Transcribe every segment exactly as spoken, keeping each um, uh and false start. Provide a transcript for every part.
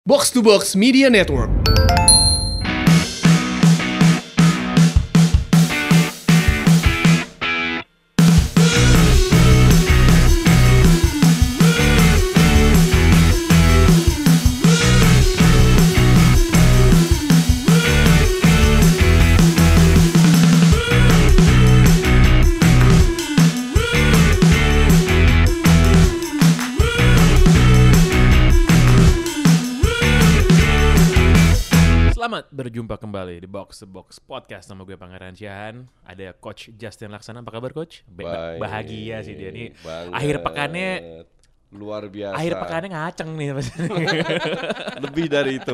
Box to Box Media Network. Selamat berjumpa kembali di Box to Box Podcast. Nama gue Pangeran Syahan. Ada Coach Justin Laksana. Apa kabar Coach? Ba- Baik, bahagia sih dia nih. banget. Akhir pekannya luar biasa. Akhir pekannya ngaceng nih. Lebih dari itu.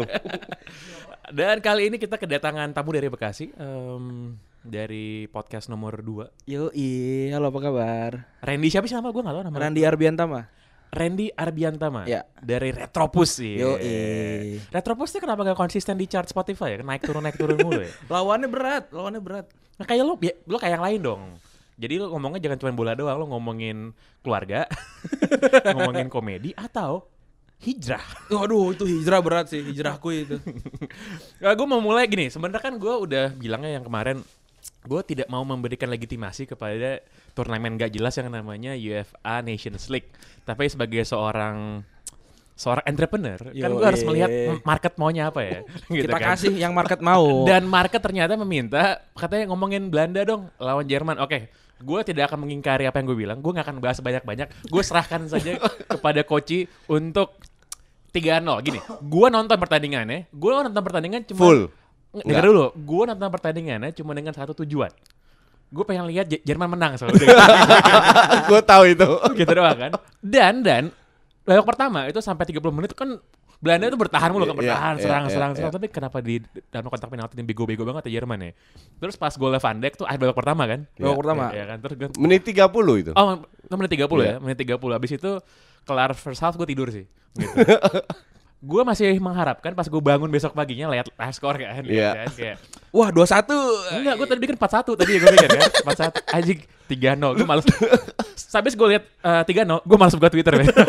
Dan kali ini kita kedatangan tamu dari Bekasi, um, dari podcast nomor dua. Yoi, halo apa kabar? Randy siapa sih nama gue? Gak tau nama. Randy Arbiantama. Randy Arbiantama. Ya. Dari Retropus sih. Yoi. Retropus tuh kenapa gak konsisten di chart Spotify ya? Naik turun naik turun mulu ya. Lawannya berat, lawannya berat. Nah, kayak lo, ya, lo kayak yang lain dong. Jadi lo ngomongnya jangan cuma bola doang, lo ngomongin keluarga, ngomongin komedi atau hijrah. Waduh, itu hijrah berat sih, hijrahku itu. Nah, gue mau mulai gini, sebenarnya kan gue udah bilangnya yang kemarin, gue tidak mau memberikan legitimasi kepada turnamen gak jelas yang namanya UEFA Nations League. Tapi sebagai seorang seorang entrepreneur, Yo, kan gue harus eh. melihat market maunya apa ya. Gitu Kita kan. kasih yang market mau. Dan market ternyata meminta, katanya ngomongin Belanda dong lawan Jerman. Oke, gue tidak akan mengingkari apa yang gue bilang. Gue gak akan bahas banyak-banyak. Gue serahkan saja kepada Koci untuk tiga nol. Gini, gue nonton pertandingannya. Gue nonton pertandingan cuma... Full. Dengar dulu, gue nonton pertandingannya cuma dengan satu tujuan. Gue pengen lihat J- Jerman menang soalnya. Gue tahu itu. Gitu doang kan. Dan, dan, babak pertama itu sampai tiga puluh menit kan Belanda itu bertahan mulu kan, Iya, bertahan, iya, serang, iya, serang, iya. serang. Tapi kenapa di dalam kotak penalti ini bego-bego banget ya Jerman ya. Terus pas golnya Van Dijk tuh akhir babak pertama kan. Babak Iya, pertama. Iya kan, terus gue, Menit tiga puluh itu. oh menit tiga puluh ya, Iya. menit tiga puluh. Abis itu kelar first half gue tidur sih. Gitu. Gue masih mengharapkan pas gue bangun besok paginya lihat live score kan. Iya. Kan? Kayak, Wah, dua satu. enggak, gue tadi bikin empat satu tadi gue pikir kan. empat satu, anjing tiga nol. Gue males. Habis gue lihat uh, tiga nol, gue males buka Twitter. Men.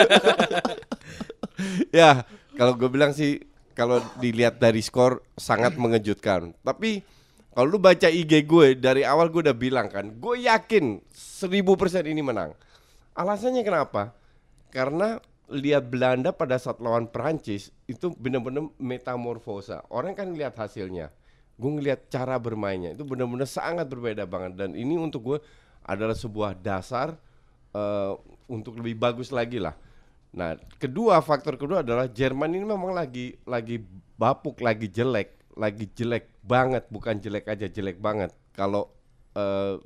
Ya, kalau gue bilang sih, kalau dilihat dari skor sangat mengejutkan. Tapi kalau lu baca I G gue dari awal gue udah bilang kan, gue yakin seribu persen ini menang. Alasannya kenapa? Karena lihat Belanda pada saat lawan Perancis itu benar-benar metamorfosa. Orang kan lihat hasilnya, gue ngelihat cara bermainnya itu benar-benar sangat berbeda banget. Dan ini untuk gue adalah sebuah dasar uh, untuk lebih bagus lagi lah. Nah, kedua faktor kedua adalah Jerman ini memang lagi lagi bapuk, lagi jelek, lagi jelek banget, bukan jelek aja, jelek banget. Kalau uh,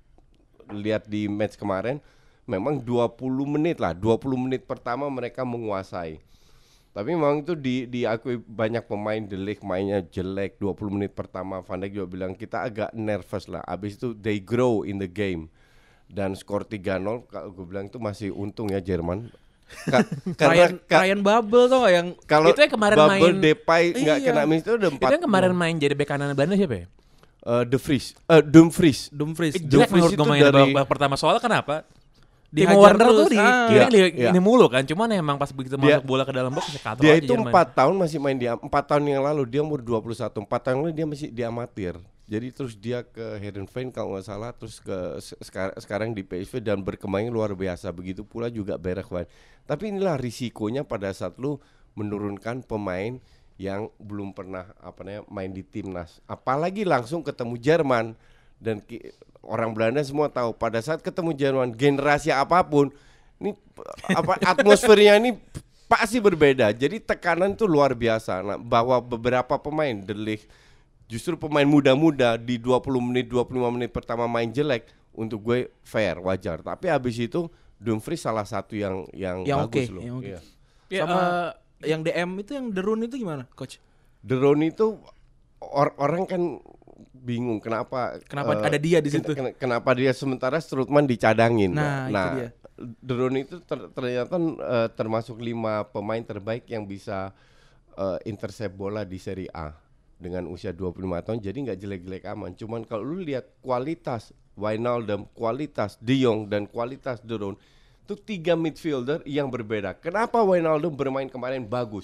lihat di match kemarin, memang dua puluh menit lah, dua puluh menit pertama mereka menguasai. Tapi memang itu di, diakui banyak pemain, De Ligt mainnya jelek, dua puluh menit pertama. Van Dijk juga bilang kita agak nervous lah. Abis itu they grow in the game. Dan skor tiga nol, kalau gue bilang itu masih untung ya Jerman. Ka- Ryan, ka- Ryan Babel tau gak yang kalau Itu yang kemarin Bubble main- Depay nggak Iya. kena miss itu udah empat. Itu yang kemarin main jadi bek kanan Belanda siapa ya? uh, De Vries, uh, Dumfries. Dumfries. Eh, jelek Dumfries menurut gue itu main dari- babak pertama. Soalnya kenapa? Dihajar Timo Werner terus. tuh di Ah. kiri Iya, li- iya. ini mulu kan. Cuman emang pas begitu Dia- masuk bola ke dalam box katro Dia aja itu Jerman. empat tahun masih main di empat tahun yang lalu dia umur dua puluh satu. empat tahun lalu dia masih di amatir. Jadi terus dia ke Heerenveen kalau nggak salah, terus ke se- sekar- sekarang di P S V dan berkembang luar biasa. Begitu pula juga Bergwijn. Tapi inilah risikonya pada saat lu menurunkan pemain yang belum pernah apa namanya main di timnas. Apalagi langsung ketemu Jerman dan ki- orang Belanda semua tahu pada saat ketemu Jerman generasi apapun ini apa atmosfernya ini pasti berbeda. Jadi tekanan itu luar biasa. Nah, bahwa beberapa pemain De Ligt justru pemain muda-muda di dua puluh menit dua puluh lima menit pertama main jelek, untuk gue fair, wajar. Tapi habis itu Dumfries salah satu yang yang, Yang bagus oke, loh. yang oke. Iya. Ya, sama eh, yang D M itu yang Derun itu gimana, Coach? De Roon itu or- orang kan bingung kenapa Kenapa eh, ada dia di ken- situ? ken- kenapa dia sementara Strootman dicadangin. Nah, itu dia. De Roon itu ter- ternyata eh, termasuk lima pemain terbaik yang bisa eh, intercept bola di Serie A dengan usia dua puluh lima tahun. Jadi nggak jelek-jelek aman. Cuman kalau lu lihat kualitas Wijnaldum, kualitas De Jong dan kualitas De Roon, itu tiga midfielder yang berbeda. Kenapa Wijnaldum bermain kemarin bagus?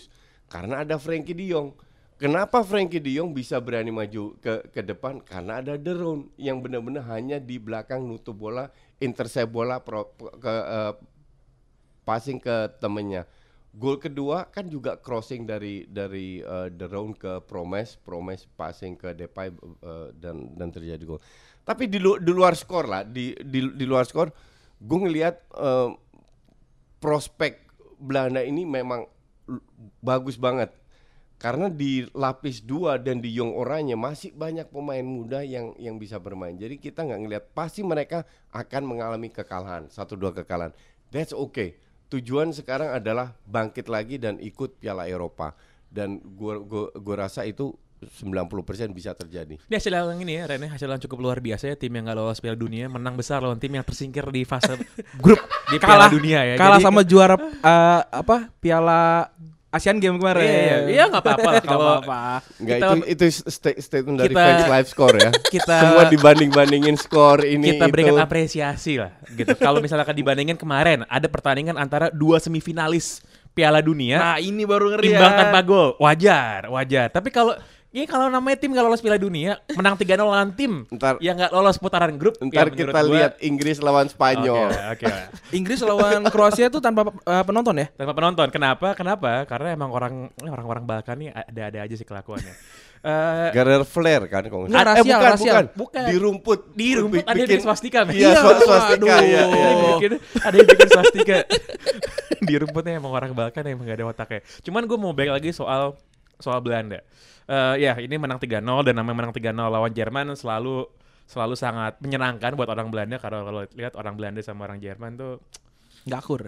Karena ada Frankie De Jong. Kenapa Frankie De Jong bisa berani maju ke ke depan? Karena ada De Roon yang benar-benar hanya di belakang nutup bola, intercept bola, pro, ke uh, passing ke temennya. Gol kedua kan juga crossing dari dari uh, De Roon ke Promes, Promes passing ke Depay uh, dan dan terjadi gol. Tapi di, lu, di luar skor lah, di di, di luar skor, gue ngelihat uh, prospek Belanda ini memang l- bagus banget. Karena di lapis dua dan di Jong Oranje masih banyak pemain muda yang yang bisa bermain. Jadi kita nggak ngelihat pasti mereka akan mengalami kekalahan, satu dua kekalahan. That's okay. Tujuan sekarang adalah bangkit lagi dan ikut Piala Eropa. Dan gua gua, gua rasa itu sembilan puluh persen bisa terjadi. Ini hasil yang ini ya, Rene, hasil yang cukup luar biasa ya. Tim yang nggak lolos Piala Dunia menang besar lawan tim yang tersingkir di fase grup di Piala Kalah Dunia ya. Kalah Jadi, sama juara uh, apa? Piala Asian Game kemarin. Iya, iya, iya, nggak apa-apa lah Nggak kalau apa-apa. Enggak, Kita- itu itu sta- statement dari kita- fans live score ya. kita- Semua dibanding-bandingin skor ini kita berikan itu. apresiasi lah gitu. Kalau misalkan dibandingin kemarin ada pertandingan antara dua semifinalis Piala Dunia, Nah, ini baru ngeri imbang ya. tanpa gol, wajar, wajar. Tapi kalau ini kalau namanya tim nggak lolos Piala Dunia, menang tiga nol lawan tim Ntar- yang nggak lolos putaran grup, Ntar ya menurut kita gua- lihat Inggris lawan Spanyol. Oke, oke. Inggris lawan Kroasia tuh tanpa uh, penonton ya? Tanpa penonton. Kenapa? Kenapa? Karena emang orang orang-orang Balkan nih ada-ada aja sih kelakuannya. Eh, Gara-gara flare kan kalau nggak Nggak, salah. rasial, bukan, rasial. bukan, Bukan. Di rumput. di rumput ada yang Bikin- bikin swastika, men. Iya, Iya, swa- swastika. waduh. Iya, Ada iya. yang bikin, ada yang bikin swastika. Di rumputnya emang orang Balkan emang gak ada otaknya. Cuman gue mau balik lagi soal soal Belanda. Eh ya, ini menang tiga nol dan namanya menang tiga nol lawan Jerman selalu selalu sangat menyenangkan buat orang Belanda. Karena kalau lihat orang Belanda sama orang Jerman tuh, Nggak akur.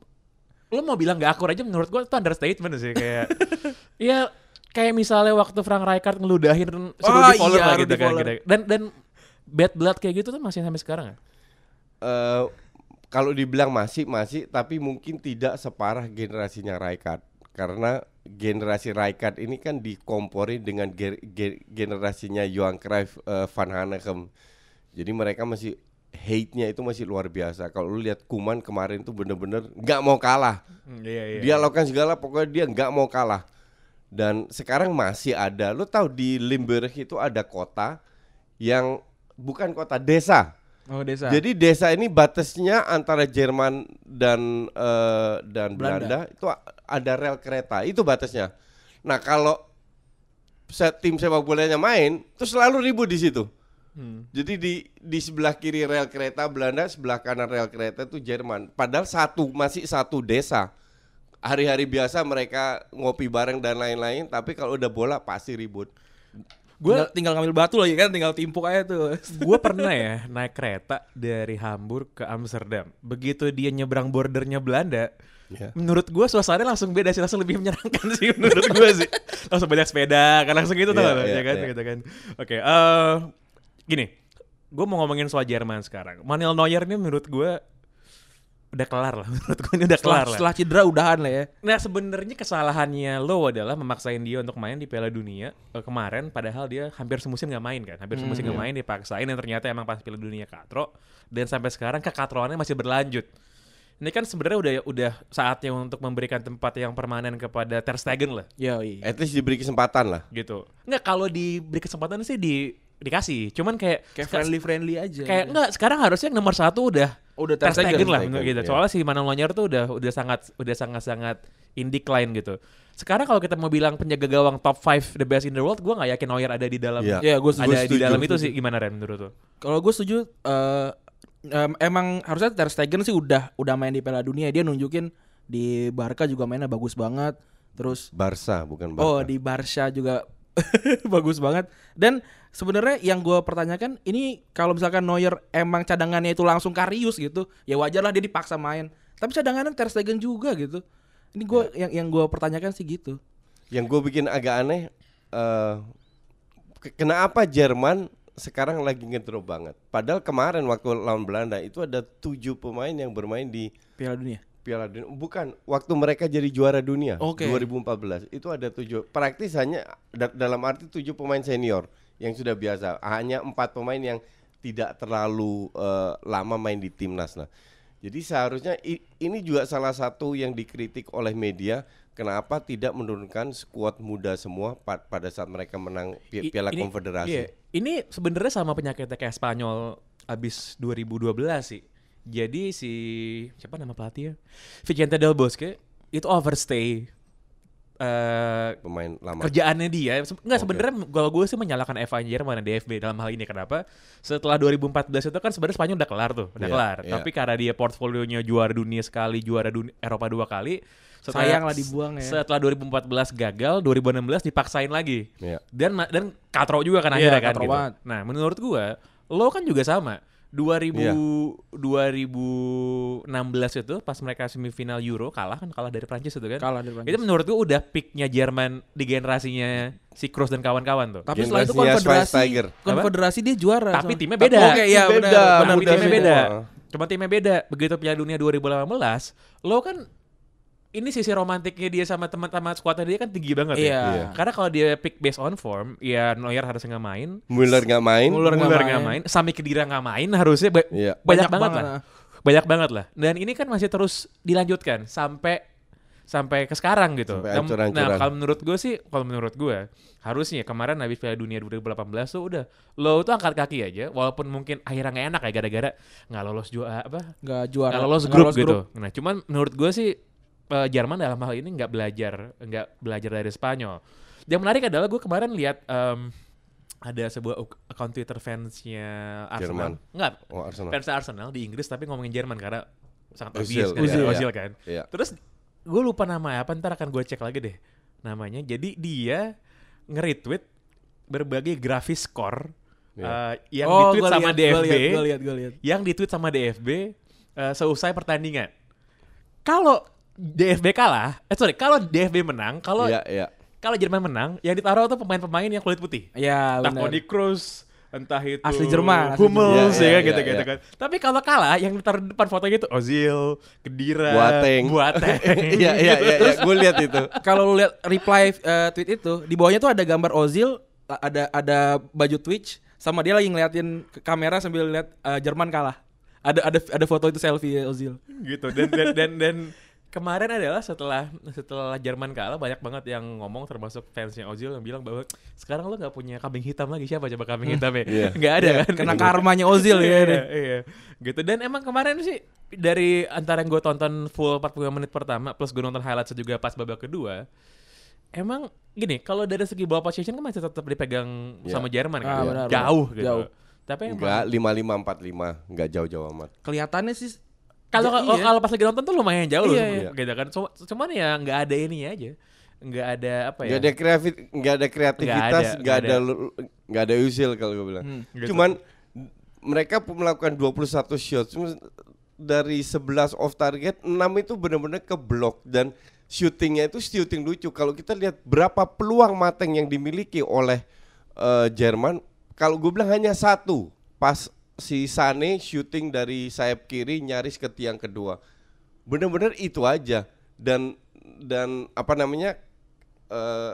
lo mau bilang gak akur aja menurut gue itu understatement sih. Kayak ya kayak misalnya waktu Frank Rijkaard ngeludahin si Oh, Rudi Voller iya, lah Rudi gitu kan, Voller. gitu. Dan dan bad blood kayak gitu tuh masih sampai sekarang ya? Eh, kalau dibilang masih masih tapi mungkin tidak separah generasinya Rijkaard karena generasi Rijkaard ini kan dikomporin dengan ge- ge- generasinya Johan Cruyff, eh, Van Hanegem. Jadi mereka masih hate-nya itu masih luar biasa. Kalau lu lihat Koeman kemarin tuh bener-bener nggak mau kalah. Hmm, iya, iya. Dia lakukan segala, pokoknya dia nggak mau kalah. Dan sekarang masih ada. Lu tahu di Limburg itu ada kota yang bukan kota, desa. Oh, desa. Jadi desa ini batasnya antara Jerman dan eh, dan Belanda. Belanda. Itu a- ada rel kereta, itu batasnya. Nah kalau se- tim sepak bolanya main, terus selalu ribut di situ. Hmm. Jadi di di sebelah kiri rel kereta Belanda, sebelah kanan rel kereta itu Jerman. Padahal satu masih satu desa. Hari-hari biasa mereka ngopi bareng dan lain-lain, tapi kalau udah bola pasti ribut. Gue tinggal, tinggal ngambil batu lagi kan, tinggal timpuk aja tuh. gue pernah ya naik kereta dari Hamburg ke Amsterdam. Begitu dia nyebrang bordernya Belanda, Ya. menurut gue suasananya langsung beda sih, langsung lebih menyenangkan sih menurut gue sih. Langsung banyak sepeda, kan langsung gitu tuh, Iya, ya iya, kan, iya. gitu kan. Oke, eh gini, gue mau ngomongin soal Jerman sekarang. Manuel Neuer ini menurut gue udah kelar lah, menurut gue ini udah Setelah, kelar lah. setelah cedera udahan lah ya. Nah sebenarnya kesalahannya lo adalah memaksain dia untuk main di Piala Dunia eh, kemarin, padahal dia hampir semusim nggak main kan, hampir semusim nggak main, dipaksain dan ternyata emang pas Piala Dunia katro dan sampai sekarang kekatroannya masih berlanjut. Ini kan sebenarnya udah udah saatnya untuk memberikan tempat yang permanen kepada Ter Stegen lah, Yo, iya. At least diberi kesempatan lah. gitu. Nggak, kalau diberi kesempatan sih di dikasih, cuman kayak Kayak seka- friendly-friendly aja. kayak nggak, sekarang harusnya yang nomor satu udah Udah Ter Ter Stegen Stegen. lah, Stegen, gitu. iya. Soalnya si Manuel Neuer tuh udah udah sangat udah sangat sangat in decline gitu. Sekarang kalau kita mau bilang penjaga gawang top lima the best in the world, gue nggak yakin Neuer ada di dalam Iya. Iya, gue ada di setuju. dalam itu sih. Gimana Ren menurut lo? Kalau gue setuju, eh, em, emang harusnya Ter Stegen sih udah udah main di Piala Dunia. Dia nunjukin di Barca juga mainnya bagus banget. Terus Barca bukan Barca. oh di Barca juga bagus banget. Dan sebenarnya yang gue pertanyakan ini kalau misalkan Neuer emang cadangannya itu langsung Karius gitu, ya wajar lah dia dipaksa main. Tapi cadangannya Ter Stegen juga gitu. Ini gue Ya. yang yang gue pertanyakan sih gitu. Yang gue bikin agak aneh, eh, ke- kenapa Jerman sekarang lagi ngedrop banget. Padahal kemarin waktu lawan Belanda itu ada tujuh pemain yang bermain di Piala Dunia. Piala Dunia. Bukan, waktu mereka jadi juara dunia Oke. dua ribu empat belas itu ada tujuh. Praktis hanya da- dalam arti tujuh pemain senior yang sudah biasa. Hanya empat pemain yang tidak terlalu eh, lama main di timnas. Nah, jadi seharusnya i- ini juga salah satu yang dikritik oleh media. kenapa tidak menurunkan skuad muda semua pa- pada saat mereka menang pi- I- Piala ini- Konfederasi. iya. Ini sebenarnya sama penyakitnya kayak Spanyol abis dua ribu dua belas sih. Jadi si siapa nama pelatihnya? Vicente Del Bosque itu overstay eh Pemain lama. kerjaannya dia. Se- Enggak Oke. sebenarnya kalau gue sih menyalahkan F I Jerman dan D F B dalam hal ini. Kenapa? Setelah dua ribu empat belas itu kan sebenarnya Spanyol udah kelar tuh, udah Iya, kelar. iya. Tapi karena dia portfolionya juara dunia sekali, juara dunia Eropa dua kali. Sayang lah dibuang ya. Setelah dua ribu empat belas gagal, dua ribu enam belas dipaksain lagi. Iya. Dan ma- dan katro juga kan Iya, akhirnya kan katro gitu. banget. Nah, menurut gua, lo kan juga sama. dua ribu Iya. dua ribu enam belas itu pas mereka semifinal Euro kalah kan kalah dari Prancis itu kan. Kalah dari Prancis. Itu menurut gua udah peaknya Jerman di generasinya si Kroos dan kawan-kawan tuh. Tapi setelah itu Generasinya konfederasi, Schweinsteiger. konfederasi dia juara. Tapi soalnya. timnya Tapi- beda. Oke, iya Beda, benar. Benar, Tapi udah timnya semua. beda. Cuma timnya beda. Begitu Piala Dunia dua ribu delapan belas, lo kan ini sisi romantiknya dia sama teman-teman skuadnya dia kan tinggi banget Iya. ya. Iya. Karena kalau dia pick based on form, ya Neuer harusnya nggak main, Muller nggak main. Muller nggak Muller main. nggak main, Sami Khedira nggak main, harusnya ba- Iya. banyak, Banyak banget, banget lah. lah. Banyak banget lah. Dan ini kan masih terus dilanjutkan sampai sampai ke sekarang gitu. Sampai Nah, hancur-hancuran. nah, kalau menurut gue sih, kalau menurut gue harusnya kemarin habis Piala Dunia dua ribu delapan belas tuh udah lo tuh angkat kaki aja, walaupun mungkin akhirnya nggak enak ya gara-gara nggak lolos juara apa Nggak juara. nggak lolos nggak grup lolos gitu. Nah, cuman menurut gue sih eh, Jerman dalam hal ini nggak belajar nggak belajar dari Spanyol. Yang menarik adalah gue kemarin lihat em, ada sebuah uk- account Twitter fansnya Jerman. Arsenal. Nggak, Oh, Arsenal. fans Arsenal di Inggris tapi ngomongin Jerman karena sangat Ozil, obvious kan, iya, Ozil iya. kan. Iya. Terus gue lupa nama apa, ntar akan gue cek lagi deh namanya. Jadi dia nge-retweet berbagai grafis skor Iya. eh, yang Oh, di-tweet gua sama lihat, D F gua B, lihat, gua lihat, gua lihat. yang di-tweet sama D F B eh, seusai pertandingan. Kalau D F B kalah, eh sorry, kalau D F B menang, kalau Iya, iya. kalau Jerman menang, yang ditaruh tuh pemain-pemain yang kulit putih. Iya, Entah benar. Toni Kroos, entah itu Asli Jerman, asli Hummels Jerman. Iya, ya iya, gitu-gitu iya. kan. Tapi kalau kalah yang ditaruh di depan fotonya itu Ozil, Khedira, Boateng. Boateng. Iya, iya, iya. Gue lihat itu. Kalau lu lihat reply eh, tweet itu, di bawahnya tuh ada gambar Ozil, ada ada baju Twitch, sama dia lagi ngeliatin ke kamera sambil lihat eh, Jerman kalah. Ada ada ada foto itu selfie Ozil. gitu dan dan dan, dan kemarin adalah setelah setelah Jerman kalah banyak banget yang ngomong termasuk fansnya Ozil yang bilang bahwa sekarang lo nggak punya kambing hitam lagi, siapa coba kambing hitamnya Iya. nggak ada kan Kena karmanya Ozil ya. iya, deh. iya gitu. Dan emang kemarin sih dari antara yang gue tonton full empat puluh lima menit pertama plus gue nonton highlights juga pas babak kedua, emang gini, kalau dari segi ball position kan masih tetap dipegang Iya. sama Jerman kan, Ah, benar, jauh benar. gitu. Jauh. Tapi emang Enggak, lima lima empat lima, enggak jauh-jauh amat. Kelihatannya sih Kalau Ja- kalau iya. kalau pas lagi nonton tuh lumayan jauh loh, Iya, iya. gitu kan. Cuma, cuman ya nggak ada ini aja, nggak ada apa ya? Enggak ada kreatif, enggak ada kreativitas, Nggak ada, enggak nggak ada ada. lu- nggak ada usil kalau gue bilang. Hmm, gitu. Cuman mereka melakukan dua puluh satu shot, cuma dari sebelas off target, enam itu benar-benar keblok dan shootingnya itu shooting lucu. Kalau kita lihat berapa peluang mateng yang dimiliki oleh eh, Jerman, kalau gue bilang hanya satu, pas si Sane shooting dari sayap kiri nyaris ke tiang kedua. Benar-benar itu aja. Dan dan apa namanya eh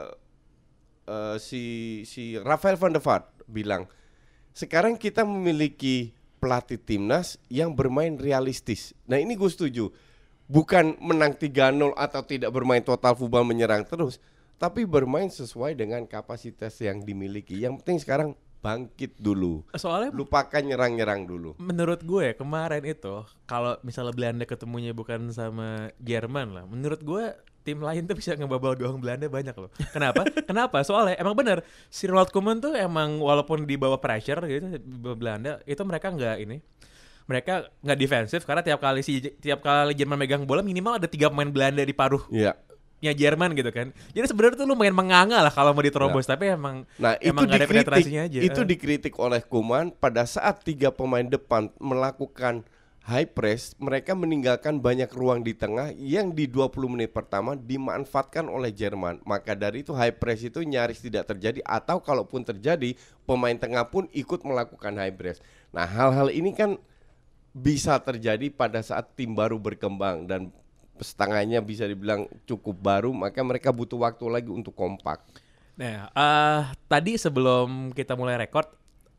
eh, si si Rafael van der Vaart bilang, sekarang kita memiliki pelatih timnas yang bermain realistis. Nah ini gue setuju. Bukan menang tiga nol atau tidak bermain total football menyerang terus, tapi bermain sesuai dengan kapasitas yang dimiliki. Yang penting sekarang bangkit dulu. Soalnya Lupakan nyerang-nyerang dulu. menurut gue kemarin itu kalau misalnya Belanda ketemunya bukan sama Jerman lah, menurut gue tim lain tuh bisa ngebabal gawang Belanda banyak loh. Kenapa? Kenapa? Soalnya emang bener si Ronald Koeman tuh emang walaupun di bawah pressure gitu Belanda itu mereka nggak ini, mereka nggak defensif karena tiap kali si tiap kali Jerman megang bola minimal ada tiga pemain Belanda di paruh Iya. nya Jerman gitu kan. Jadi sebenarnya tuh lumayan menganga lah kalau mau diterobos, tapi emang Nah emang itu nggak ada dikritik, penetrasinya aja. itu dikritik oleh Koeman pada saat tiga pemain depan melakukan high press, mereka meninggalkan banyak ruang di tengah yang di dua puluh menit pertama dimanfaatkan oleh Jerman. Maka dari itu high press itu nyaris tidak terjadi, atau kalaupun terjadi pemain tengah pun ikut melakukan high press. Nah hal-hal ini kan bisa terjadi pada saat tim baru berkembang dan setengahnya bisa dibilang cukup baru, maka mereka butuh waktu lagi untuk kompak. Nah, eh tadi sebelum kita mulai record,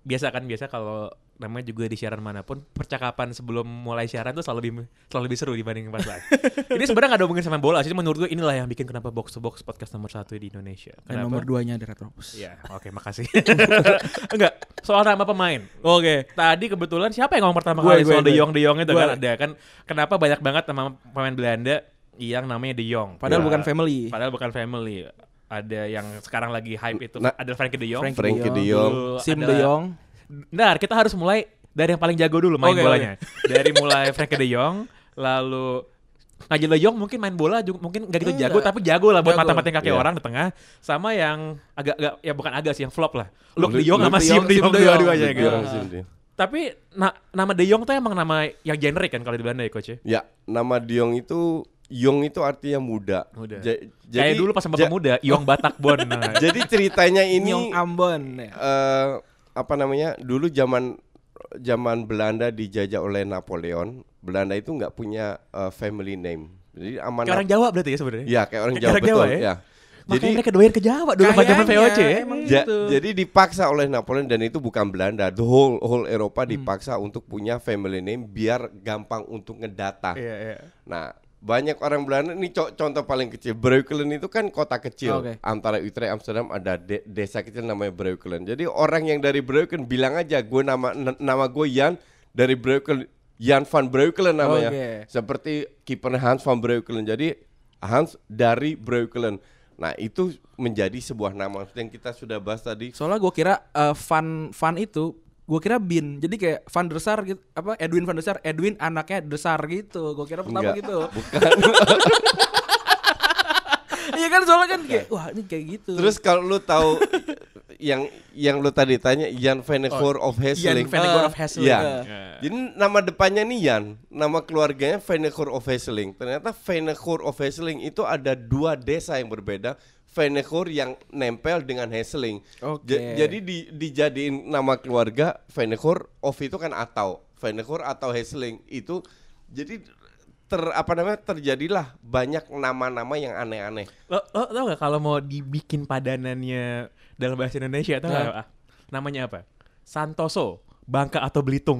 biasa kan biasa kalau namanya juga di siaran manapun percakapan sebelum mulai siaran tuh selalu lebih selalu lebih seru dibanding pas live. Ini sebenarnya nggak ada hubungan sama bola sih, menurut gue inilah yang bikin kenapa Box to Box podcast nomor satu di Indonesia. Dan Kenapa? nomor duanya ada Retropus. Ya, oke, makasih. Enggak, soal nama pemain. Oke. Tadi kebetulan siapa yang ngomong pertama Gue, kali gue, soal De gue. Jong De Jong itu Gue. kan ada kan kenapa banyak banget nama pemain Belanda yang namanya De Jong. Padahal Ya, bukan family. Padahal bukan family. Ada yang sekarang lagi hype itu Nah, ada Frenkie De Jong. Frank- Frankie De De Jong. Jong. Dulu Sim ada- De Jong. Bentar, kita harus mulai dari yang paling jago dulu main Oke, bolanya. Dari mulai Frenkie De Jong, lalu Nigel De Jong mungkin main bola juga mungkin nggak gitu jago, Enggak. tapi jago lah buat Jago. mata-matain kaki Iya. orang di tengah. Sama yang agak, agak ya bukan agak sih yang flop lah. Luke Luke- De Jong sama Luke De Sim Jong, De Sim Jong De Jong. dua-duanya Luke De gitu. Jong, Sim De Jong. Tapi na- nama De Jong tuh emang nama yang generik kan kalau di Belanda ya coach ya? Ya, nama De Jong itu Jong itu artinya muda. Muda. Ja- Kayak dulu pas sama ja- pemuda, Yong Batakbon. Nah. Jadi ceritanya ini Nyong Ambon. Ya. eh, apa namanya? Dulu zaman zaman Belanda dijajah oleh Napoleon, Belanda itu nggak punya eh, family name. Jadi amanat. Kayak orang Jawa berarti ya sebenarnya? Ya, kayak orang Kayak Jawa orang betul, Jawa ya? ya. Makanya Jadi mereka doain ke Jawa dulu pas zaman V O C ya? emang Ja- gitu. jadi dipaksa oleh Napoleon dan itu bukan Belanda, the whole whole Eropa Hmm. dipaksa untuk punya family name biar gampang untuk ngedata. Iya, iya. Nah, banyak orang Belanda ini co- contoh paling kecil. Breukelen itu kan kota kecil Oke. antara Utrecht Amsterdam ada de- desa kecil namanya Breukelen. Jadi orang yang dari Breukelen bilang aja gue nama n- nama gue Jan dari Breukelen, Jan van Breukelen namanya. Oke. Seperti kiper Hans van Breukelen. Jadi Hans dari Breukelen. Nah, itu menjadi sebuah nama yang kita sudah bahas tadi. Soalnya gue kira eh, Van Van itu gue kira Bin. Jadi kayak Van der Sar gitu, apa Edwin Van der Sar, Edwin anaknya Desar gitu. Gue kira pertama Enggak. gitu. Bukan. Iya kan soalnya kan kayak wah ini kayak gitu. Terus kalau lu tahu yang yang lu tadi tanya Jan Vennegoor of Jan Hesseling. Vennegoor of Ah, Hesseling. Iya. Ya. Jadi nama depannya nih Jan, nama keluarganya Vennegoor of Hesseling. Ternyata Vennegoor of Hesseling itu ada dua desa yang berbeda. Vennegoor yang nempel dengan Hesseling. Oke. Ja- jadi di, dijadiin nama keluarga Vennegoor of itu kan atau Vennegoor atau Hesseling itu jadi ter apa namanya terjadilah banyak nama-nama yang aneh-aneh. Lo, lo tau gak kalau mau dibikin padanannya dalam bahasa Indonesia tau Nah. gak apa? Namanya apa? Santoso, Bangka atau Belitung.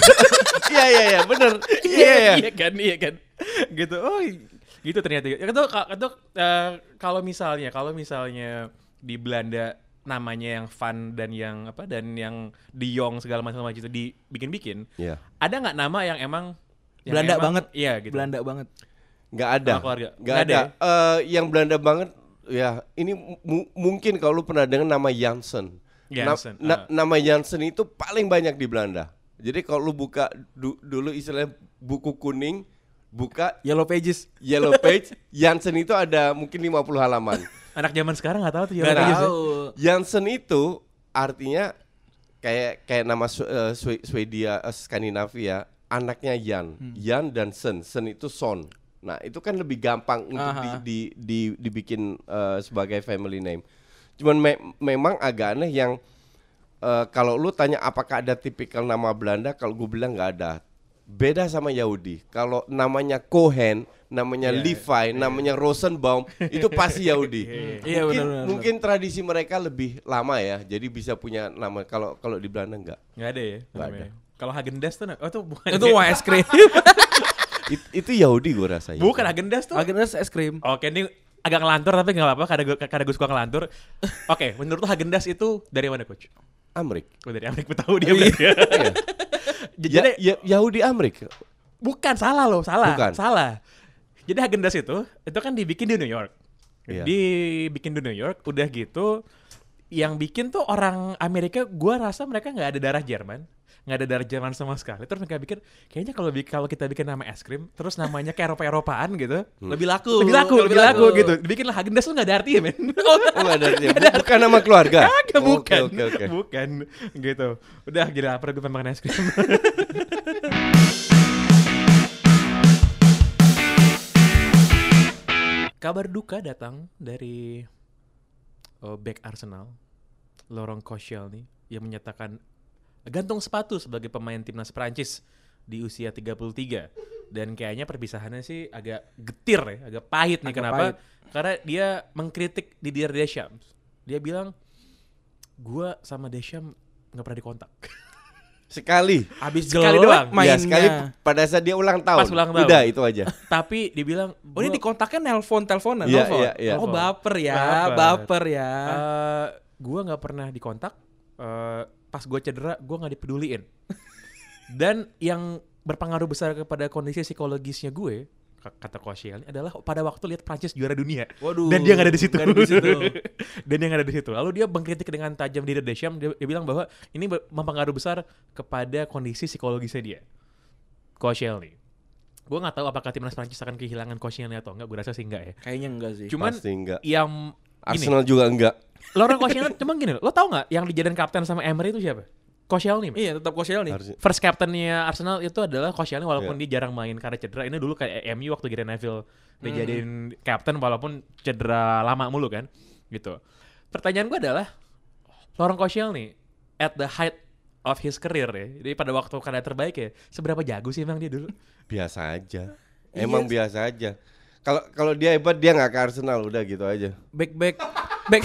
Iya iya iya bener. Iya iya. Iya kan, iya kan. Gitu. Oh, gitu ternyata. Ya itu itu eh, kalau misalnya kalau misalnya di Belanda namanya yang Van dan yang apa dan yang De Jong segala macam macam itu dibikin-bikin. Iya. Ada nggak nama yang emang yang Belanda emang- banget. Iya gitu. Belanda banget. Nggak ada. Sama keluarga. Nggak Nggak ada. ada Eh, yang Belanda banget ya ini mu- mungkin kalau lu pernah dengar nama Jansen. Na- Jansen, na- ah. Nama Jansen itu paling banyak di Belanda. Jadi kalau lu buka du- dulu istilahnya buku kuning, buka Yellow Pages. Yellow Page, Jansen itu ada mungkin lima puluh halaman. Anak zaman sekarang nggak tahu tuh. Gak Yellow Pages ya. tahu. Jansen itu artinya kayak kayak nama Swe- eh, Swe- Swedia eh, Skandinavia, anaknya Jan, Jan dan Sen, Sen itu Son. Nah itu kan lebih gampang untuk di, Aha. di, di- dibikin eh, sebagai family name. Cuman me- memang agak aneh yang eh, kalau lu tanya apakah ada tipikal nama Belanda, kalau gue bilang nggak ada. Beda sama Yahudi. Kalau namanya Cohen, namanya Iya, Levi, namanya Rosenbaum, itu pasti Yahudi. Iya, mungkin, benar-benar. mungkin tradisi mereka lebih lama ya, jadi bisa punya nama. Kalau kalau di Belanda enggak. Nggak ada ya. Nggak namanya. Kalau Häagen-Dazs tuh, oh tuh bukan. Itu wah es krim. It- itu Yahudi gue rasa. ya. Bukan Häagen-Dazs tuh. Akhirnya es krim. Oke, ini agak ngelantur tapi nggak apa-apa karena gue karena gue suka ngelantur. Oke, menurut lo Häagen-Dazs itu dari mana coach? Amrik. Oh, dari Amerika, tahu dia berarti ya. Iya. Jadi Ya, ya, Yahudi Amrik. bukan salah loh, salah, Bukan. salah. Jadi Häagen-Dazs itu itu kan dibikin di New York. Iya. Dibikin di New York, udah gitu yang bikin tuh orang Amerika, gua rasa mereka nggak ada darah Jerman. Nggak ada darah Jerman sama sekali. Terus mereka pikir kayaknya kalau bi- kalau kita bikin nama es krim terus namanya kayak Eropa-Eropaan gitu. Lebih laku. Lebih laku, lebih laku gitu. Dibikinlah Häagen-Dazs tuh nggak ada artinya, men. Oh, enggak ada artinya. Bu- Bukan nama keluarga. Kagak, Oh, bukan. Oke, oke, oke. Bukan gitu. Udah gila lapar gue pengen makan es krim. Kabar duka datang dari oh, back Arsenal, Laurent Koscielny yang menyatakan gantung sepatu sebagai pemain timnas Prancis di usia tiga puluh tiga. Dan kayaknya perpisahannya sih agak getir ya, agak pahit nih. Agak Kenapa? pahit. Karena dia mengkritik Didier Deschamps. Dia bilang, gua sama Deschamps nggak pernah dikontak. Sekali. Abis Sekali jelek doang. mainnya. Ya sekali pada saat dia ulang tahun. Pas ulang tahun. Udah itu aja. Tapi dibilang Oh ini dikontaknya nelpon teleponan. Iya, nelpon. iya, iya. Oh baper ya, Baper. baper ya. Uh, gue nggak pernah dikontak. Uh, pas gue cedera, gue nggak dipeduliin. Dan yang berpengaruh besar kepada kondisi psikologisnya gue, kata Koscielny adalah pada waktu lihat Prancis juara dunia. Waduh. Dan dia nggak ada di situ. Nggak ada di situ. Dan dia nggak ada di situ. Lalu dia mengkritik dengan tajam Didier Deschamps. Dia, dia bilang bahwa ini mempengaruh besar kepada kondisi psikologisnya dia. Koscielny. Gue nggak tahu apakah timnas Prancis akan kehilangan Koscielny atau enggak. Gue rasa sih enggak ya. Kayaknya enggak sih. Cuman Pasti enggak. yang Arsenal juga enggak. Laurent Koscielny cuman gini, lo tau nggak yang dijadiin kapten sama Emery itu siapa? Koscielny. Iya tetap Koscielny. Harus- First captainnya Arsenal itu adalah Koscielny walaupun Iya. dia jarang main karena cedera. Ini dulu kayak M U waktu Gary Neville dijadiin captain walaupun cedera lama mulu kan, gitu. Pertanyaan gue adalah Laurent Koscielny at the height of his career ya, jadi pada waktu karya terbaik ya, seberapa jago sih emang dia dulu? Biasa aja. Emang biasa aja. Kalau kalau dia hebat dia nggak ke Arsenal, udah gitu aja. Back back back.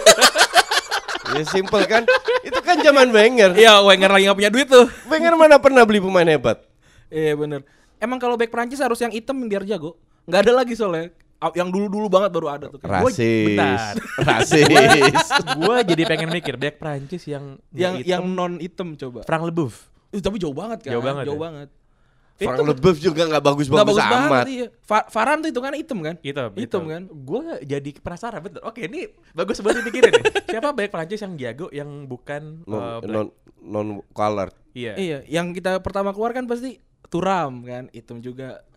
Ya simple kan. Itu kan zaman Wenger. Iya Wenger lagi nggak punya duit tuh. Wenger mana pernah beli pemain hebat? Iya bener. Emang kalau back Prancis harus yang hitam biar jago. Nggak ada lagi soalnya. Yang dulu-dulu banget baru ada tuh. Gua- Rasis. bentar. Rasis. Gue jadi pengen mikir back Prancis yang yang hitam, yang non hitam coba. Frank Leboeuf. Itu tapi jauh banget kan. Jauh banget Jauh ya? banget. Frank Leboeuf juga nggak Nggak bagus-bagus bagus amat. banget iya. Fa- Varane tuh itu kan hitam kan? Hitam, Hitam kan? Gue jadi penasaran betul. Oke, ini bagus banget dipikirin nih. Siapa back Prancis yang jago yang bukan Non uh, black? non non colored. Iya. Iya, yang kita pertama keluar kan pasti Thuram kan, hitam juga.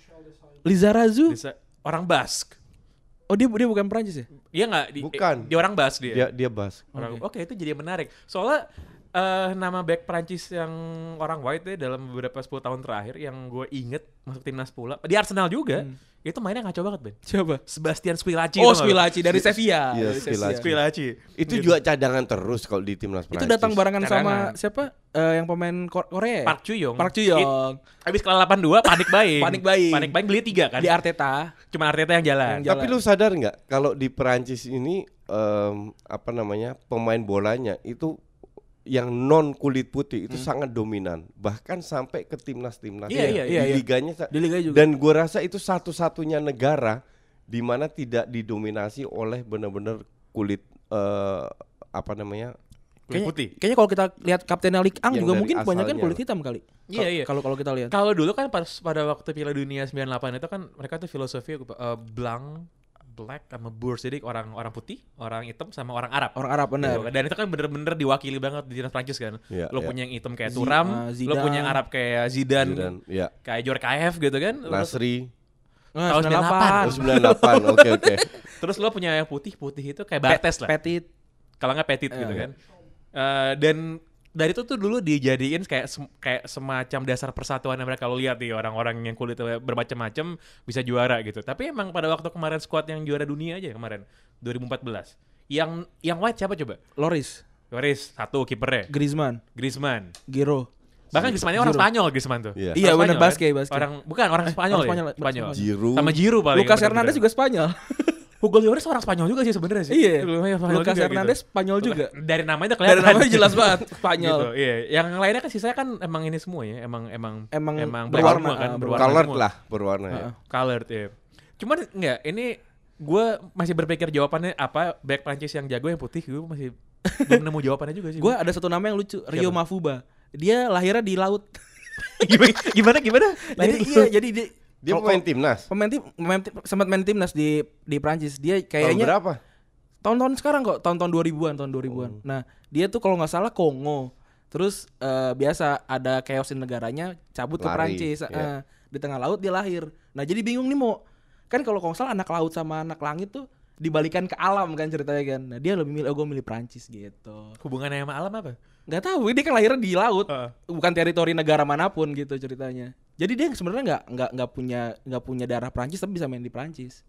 Lizarazu. Bisa orang Bask. Oh dia dia bukan Prancis ya? Iya nggak? Di, Bukan. Dia orang Bask dia. Dia dia bas. Orang, Oke, itu jadi menarik. Soalnya eh, nama back Prancis yang orang white ya dalam beberapa sepuluh tahun terakhir yang gue inget masuk timnas pula di Arsenal juga. Itu mainnya ngaco banget, Ben. Coba. Sebastian Squillaci. Oh, tau nggak? Squillaci dari Sevilla. Iya, Dari Sevilla. Squillaci. Squillaci. Itu Gitu. juga cadangan terus kalau di timnas Itu Prancis. datang barengan sama Cadangan. siapa? Eh, yang pemain Ko- Korea. ya? Park Chu-young. Park Chu-young. Habis kelas delapan dua panik buying. Panik buying. Panik buying beli tiga kan. Di Arteta. Cuma Arteta yang jalan. Yang Tapi lu sadar nggak kalau di Perancis ini em, apa namanya pemain bolanya itu yang non kulit putih itu sangat dominan, bahkan sampai ke timnas-timnas Iya, iya, iya, di iya. liganya sa- Di liga juga. dan gua rasa itu satu-satunya negara di mana tidak didominasi oleh benar-benar kulit eh, apa namanya Kulit Kayaknya- putih. Kayaknya kalau kita lihat Kapten Ligue Yang satu juga dari mungkin kebanyakan asalnya. kulit hitam kali. Iya, Kalau- iya. Kalau kalau kita lihat. Kalau dulu kan pas pada waktu Piala Dunia sembilan puluh delapan itu kan mereka tuh filosofi uh, blanc, black sama bours, jadi orang orang putih, orang hitam sama orang Arab. Orang Arab benar. Gitu kan. Dan itu kan bener-bener diwakili banget di timnas Prancis kan. Iya, lo iya. punya yang hitam kayak Zi- Thuram, uh, lo Zidane. punya yang Arab kayak Zidane, dan ya kayak Djorkaeff gitu kan. Terus- Nasri Nah, Tahun sembilan puluh delapan. oh, sembilan puluh delapan oke oke Terus lo punya yang putih-putih itu kayak Bartes lah. Petit. Kalau nggak Petit gitu Iya. kan. Eh, dan dari itu tuh dulu dijadiin kayak sem- kayak semacam dasar persatuan yang mereka kalau lihat nih orang-orang yang kulitnya bermacam-macam bisa juara gitu. Tapi emang pada waktu kemarin squad yang juara dunia aja kemarin dua ribu empat belas. Yang yang white siapa coba? Loris, Yoris satu kipernya. Griezmann, Griezmann. Giro. Bahkan Griezmann orang Giroud. Spanyol Griezmann tuh. Iya. Orang Iya, bener, Spanyol, Basque, kan? Basque. Orang bukan orang Spanyol, orang Spanyol, ya? Spanyol. Spanyol. Giroud. Sama Giroud paling. Lucas bener-bener. Hernandez juga Spanyol. Hugo Lloris orang Spanyol juga sih sebenarnya sih. Iya. Lumayan Spanyol Lucas juga Hernandez gitu. Spanyol juga. Dari namanya kelihatan. Dari namanya jelas banget Spanyol. Gitu, iya. Yang lainnya kan sisanya kan emang ini semua ya, emang emang Emang black berwarna, semua kan, ah, berwarna colored semua. lah berwarna ya. Heeh. Colored ya. Cuman enggak, ini gue masih berpikir jawabannya apa back Prancis yang jago yang putih, gue masih belum nemu jawabannya juga sih. Gue ada satu nama yang lucu, Rio Siapa? Mafuba. Dia lahirnya di laut. gimana gimana gimana? jadi iya, jadi dia Dia kalau- pemain timnas. pemain tim, pemain tim sempat main timnas di di Prancis. Dia Tahun kayaknya berapa? tahun-tahun sekarang kok, tahun-tahun dua ribuan, tahun dua ribuan. Nah, dia tuh kalau nggak salah Kongo. Terus eh, biasa ada chaosin negaranya, cabut ke Lari, Prancis. iya. Eh, di tengah laut dia lahir. Nah, jadi bingung nih mau. Kan kalau nggak salah anak laut sama anak langit tuh dibalikan ke alam kan ceritanya kan. Nah, dia lebih milih oh gue milih Prancis gitu. Hubungannya sama alam apa? Nggak tahu, dia kan lahirnya di laut. Heeh. Bukan teritori negara manapun gitu ceritanya. Jadi dia sebenarnya nggak nggak nggak punya nggak punya darah Prancis tapi bisa main di Prancis.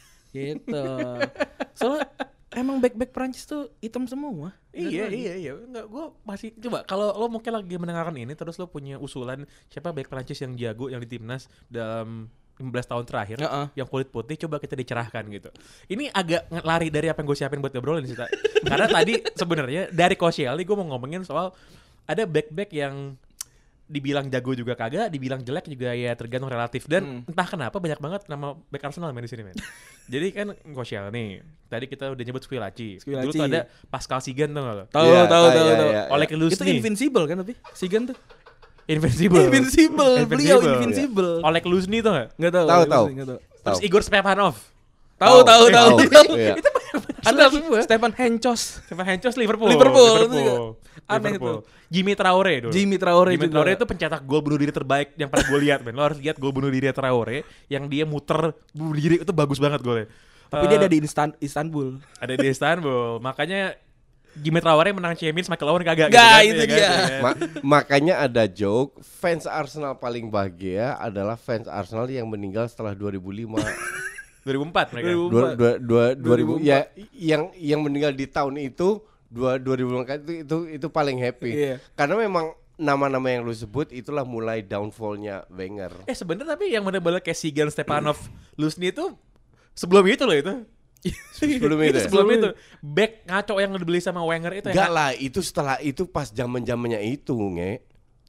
Gitu. Soalnya emang back-back Prancis tuh hitam semua. Iya iya iya. Enggak, gue masih coba kalau lo mungkin lagi mendengarkan ini terus lo punya usulan siapa back Prancis yang jago yang di timnas dalam lima belas tahun terakhir Uh-uh. yang kulit putih coba kita dicerahkan gitu. Ini agak nge- lari dari apa yang gue siapin buat ngobrolin sih, Tak. Karena tadi sebenarnya dari Koscielny gue mau ngomongin soal ada back-back yang dibilang jago juga kagak, dibilang jelek juga ya tergantung relatif. Dan Hmm. entah kenapa banyak banget nama back Arsenal main di sini, men. Jadi kan Koscielny, tadi kita udah nyebut Squillaci. Squillaci. Dulu tuh ada Pascal Sigan tuh nggak lo? Tahu, Iya, tahu, ah, tahu, iya, tahu. iya, Oleh iya. Lusny. Itu invincible kan tapi Sigan tuh. Invincible. Invincible, beliau Invincible. invincible. Oleh Lusny tuh nggak? Enggak tahu. Tahu, Lusny, tahu. nggak tahu. Terus Tahu. Igor Stepanov. Tahu, tahu, Eh, tahu. tahu. Iya. Ada Stefan Hencos. Stefan Hencos Liverpool. Liverpool, itu Liverpool. juga aneh Liverpool. Jimmy Traore dulu. Jimmy Traore Jimmy juga. Traore itu pencetak gol bunuh diri terbaik yang pernah gue lihat, men. Lo harus lihat gol bunuh diri Traore yang dia muter bunuh diri itu bagus banget golnya. Tapi Eh, dia ada di Instan- Istanbul. ada di Istanbul. Makanya Jimmy Traore menang Champions, Michael Owen kagak Nggak, kan, itu ya kan, dia. ya kan? Ma- makanya ada joke fans Arsenal paling bahagia adalah fans Arsenal yang meninggal setelah dua ribu lima. dua ribu empat mereka. dua ribu dua, dua, dua, dua ribu, dua ribu empat. ya yang yang meninggal di tahun itu dua dua ribu empat itu itu itu paling happy. Iya. Karena memang nama-nama yang lu sebut itulah mulai downfallnya Wenger. Eh sebenarnya tapi yang benar-benar kayak Sigan, Stepanov, Lusny itu sebelum itu loh itu. Sebelum itu ya? Sebelum itu back ngaco yang dibeli sama Wenger itu Enggak yang lah, itu setelah itu pas zaman-zamannya itu, nge.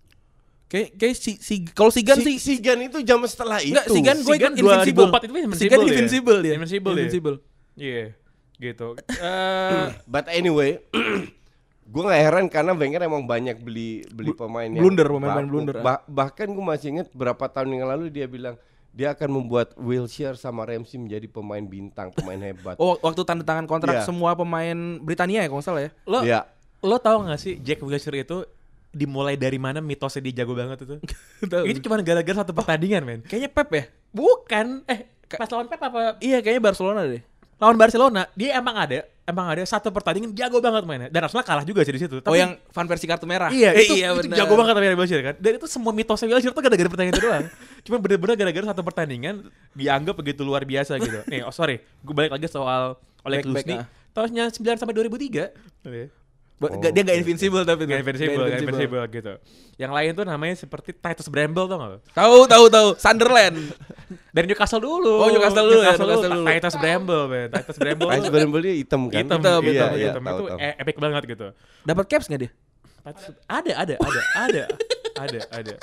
Kayak kayak si, si kalau Sigan Si, sih Sigan itu zaman setelah enggak itu. Sigan gue Sigan ikut dua ribu invincible. empat itu invincible Sigan dia. invincible dia. Invincible dia. Invincible. Iya, gitu. Eh But anyway, gue nggak heran karena Wenger emang banyak beli beli pemain yang blunder, pemain-pemain baku. blunder. Bah- bahkan gue masih inget berapa tahun yang lalu dia bilang dia akan membuat Wilshere sama Ramsey menjadi pemain bintang, pemain hebat. Oh, waktu tanda tangan kontrak Iya. semua pemain Britania ya kalau nggak salah ya. lo Ya, lo tau gak sih Jack Wilshere itu dimulai dari mana mitosnya dia jago banget itu? Tahu. Itu cuma gara-gara satu pertandingan, men. Kayaknya Pep ya? Bukan. Eh, pas lawan Pep apa? Iya, kayaknya Barcelona deh. Lawan Barcelona, dia emang ada, emang ada satu pertandingan jago banget mainnya. Dan Arsenal kalah juga sih di situ. Oh, yang fan versi kartu merah. Iya, Eh, itu, iya itu benar. jago banget tapi Wilshere kan. Dan itu semua mitosnya Wilshere tuh gara-gara pertandingan itu doang. Cuma bener-bener gara-gara satu pertandingan dianggap begitu luar biasa gitu. Nih, oh sorry, gue balik lagi soal Oleh Back-back, Lusny. ah. Tahunnya sembilan sampai dua ribu tiga. Ba- Oh, nggak- dia nggak oke. invincible tapi Gak tuh. invincible, Nggak gak invincible gitu. Yang lain tuh namanya seperti Titus Bramble tau gak lo? Tahu, tahu, tahu. Sunderland. Dari Newcastle dulu. Oh, Newcastle dulu ya, Newcastle dulu. Titus Bramble, man. Titus Bramble. Ice Bramble dia hitam kan? Hitam, Hitam, hitam, iya, hitam, iya, hitam. tahu, Itu tahu. e- epic banget gitu. Dapat caps nggak dia? Titus- Ada, ada, ada, ada, ada, ada.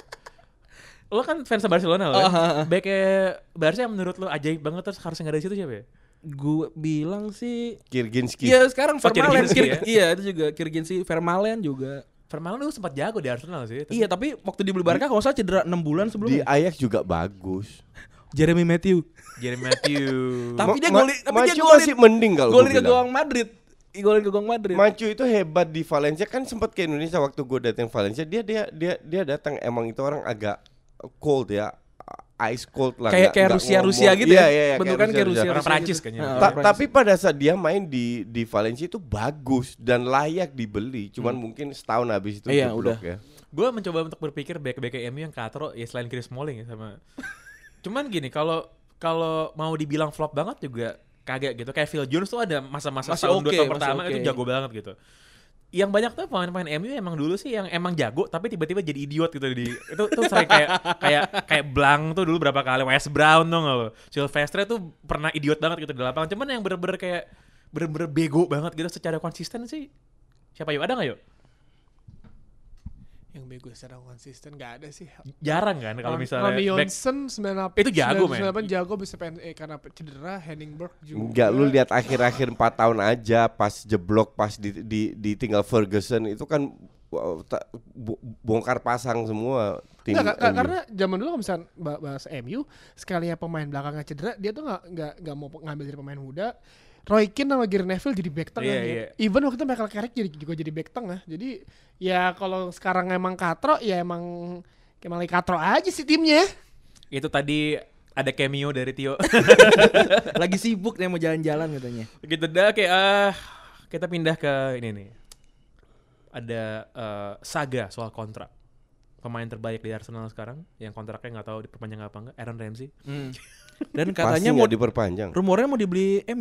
Lo kan fans Barcelona lo Oh, kan? ha, ha. Backnya Barca yang menurut lo ajaib banget terus harusnya nggak ada di situ siapa ya? Gue bilang sih Kirginski. iya sekarang Oh, Vermaelen Kirginski Kir- ya? iya itu juga Kirginski Vermaelen juga. Vermaelen dulu sempat jago di Arsenal sih. Iya, tapi waktu dibeli Barca kalau nggak salah cedera enam bulan Di sebelumnya. Ajax juga bagus. Jeremy Matthew. Jeremy Matthew. Tapi dia Ma- golin, tapi dia Macu golin, masih mending kalau golin gua ke bilang. gawang Madrid. Golin ke gawang Madrid. Macu itu hebat di Valencia kan sempat ke Indonesia waktu gue datang Valencia dia dia dia dia datang emang itu orang agak cold ya ice cold lah Kayak- nggak- kayak nggak Rusia-Rusia ngomong. gitu Iya, ya? iya, iya, Bentukan kayak Rusia-Rusia Orang Prancis gitu. kayaknya. Ah, Ta- orang Prancis. tapi pada saat dia main di di Valencia itu bagus dan layak dibeli cuman mungkin setahun habis itu Iya, jeblok udah. ya. Gue mencoba untuk berpikir back-back M U yang katro ya selain Chris Smalling ya sama. Cuman gini kalau kalau mau dibilang flop banget juga kagak gitu. Kayak Phil Jones tuh ada masa-masa Masih tahun dua oke, tahun masih pertama oke. itu jago banget gitu. Yang banyak tuh pemain-pemain M U emang dulu sih yang emang jago tapi tiba-tiba jadi idiot gitu di itu tuh sering kayak kayak kayak Blanc tuh dulu berapa kali West Brown tuh nggak lo Silvestre tuh pernah idiot banget gitu di lapangan cuman yang bener-bener kayak bener-bener bego banget gitu secara konsisten sih siapa yuk ada nggak yuk Yang bego secara konsisten gak ada sih. jarang kan kalau Ron- misalnya Ronnie back Johnson sembilan puluh delapan Itu jago, men. sembilan puluh delapan jago bisa P N E karena cedera. Henningberg juga. Enggak, lu lihat akhir-akhir empat tahun aja pas jeblok pas di, di, ditinggal Ferguson itu kan wow, ta- bo- bongkar pasang semua tim Nggak, ka- M U. karena zaman dulu kalau misalnya ba- bahas M U sekalinya pemain belakangnya cedera dia tuh nggak nggak nggak mau ngambil dari pemain muda. Roy Keane sama Gary Neville jadi back tengah Iya, ya. iya. Even waktu itu Michael Carrick jadi juga jadi back tengah. Jadi ya kalau sekarang emang katro ya emang emang lagi katro aja sih timnya. itu tadi ada cameo dari Tio Lagi sibuk nih mau jalan-jalan katanya. gitu dah kayak ah kita pindah ke ini nih ada eh, saga soal kontrak pemain terbaik di Arsenal sekarang yang kontraknya nggak tahu diperpanjang apa enggak Aaron Ramsey Hmm. Dan Pasti katanya mau nggak diperpanjang. rumornya mau dibeli M U.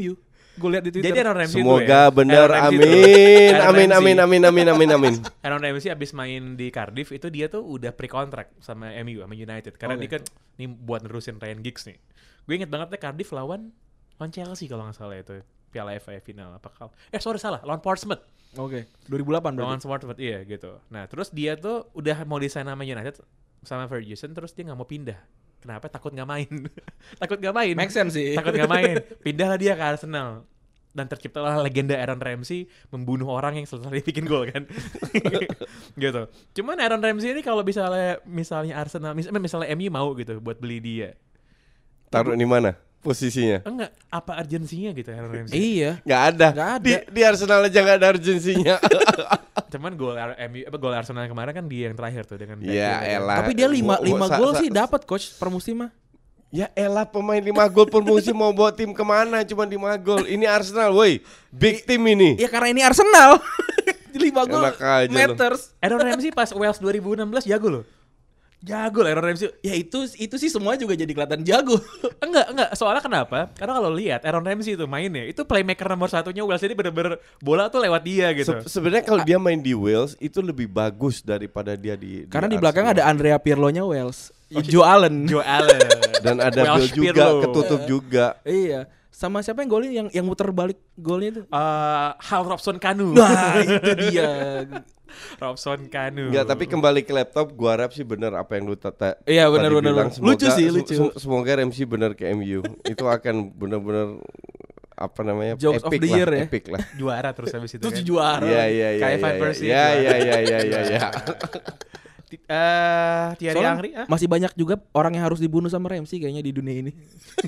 Gue lihat di Twitter. Jadi Aaron Ramsey Semoga itu ya, benar, Aaron Ramsey amin. itu- Aaron Amin, Ramsey. amin, amin, amin, amin, amin, amin. Aaron Ramsey abis main di Cardiff itu dia tuh udah pre-contract sama M U, sama United. Karena Oke. dia kan nih buat nerusin Ryan Giggs nih. Gue inget banget deh Cardiff lawan lawan Chelsea kalau nggak salah itu. Piala F A final apa kal? Eh sorry salah, lawan Portsmouth. Oke. dua ribu delapan Lawan berarti. Portsmouth iya gitu. Nah terus dia tuh udah mau desain sama United sama Ferguson, terus dia nggak mau pindah. Kenapa? Takut nggak main. Takut nggak main. Make sense sih. Takut nggak main. Pindahlah dia ke Arsenal. Dan terciptalah legenda Aaron Ramsey membunuh orang yang selesai bikin gol kan. Gitu. Cuman Aaron Ramsey ini kalau misalnya misalnya Arsenal mis- misalnya M U mau gitu buat beli dia. Taruh di mana posisinya? Enggak, apa urgensinya gitu Aaron Ramsey? Iya. Nggak ada. Nggak ada. Di, di Arsenal aja nggak ada urgensinya. Cuman gol R- M U apa gol Arsenal kemarin kan dia yang terakhir tuh dengan Ya back-nya kan. elah. Tapi dia lima Mau- lima mau sa- gol sa- sih dapat coach per musim mah. Ya elah pemain lima gol per musim mau bawa tim kemana? Cuma lima gol. Ini Arsenal, woi. Big team ini. Ya karena ini Arsenal. lima gol Enak aja lu. matters. Aaron Ramsey pas Wales dua ribu enam belas jago loh. Jago loh Aaron Ramsey. Ya itu itu sih semua juga jadi kelihatan jago. Enggak, enggak. Soalnya kenapa? Karena kalau lihat Aaron Ramsey itu mainnya, itu playmaker nomor satunya Wales, jadi bener-bener bola tuh lewat dia gitu. Se- Sebenarnya kalau dia main di Wales itu lebih bagus daripada dia di. Karena di Arsenal. belakang ada Andrea Pirlo-nya Wales. Joe Allen. Joe Allen. Dan ada Bill Welsh juga Pirlo. ketutup juga. Iya. Sama siapa yang golin yang yang muter balik golnya itu? Eh, Hal Robson Kanu. Nah, itu dia. Robson Kanu. Enggak, tapi kembali ke laptop, gua harap sih bener apa yang lu tata. Iya, bener, tadi bener, bilang. bener. Semoga- Lucu sih, se- lucu. se- Semoga Ramsey bener ke M U. Itu akan bener-bener apa namanya? Jokes of epic the lah, year ya. epic lah. Juara terus habis itu Terus kan. juara. Iya, iya, iya. Kayak iya, Van iya. Persie, Iya, juara. iya, iya, iya, iya, iya. Ti- Eh, Thierry Soalnya Henry, ah? masih banyak juga orang yang harus dibunuh sama Ramsey kayaknya di dunia ini.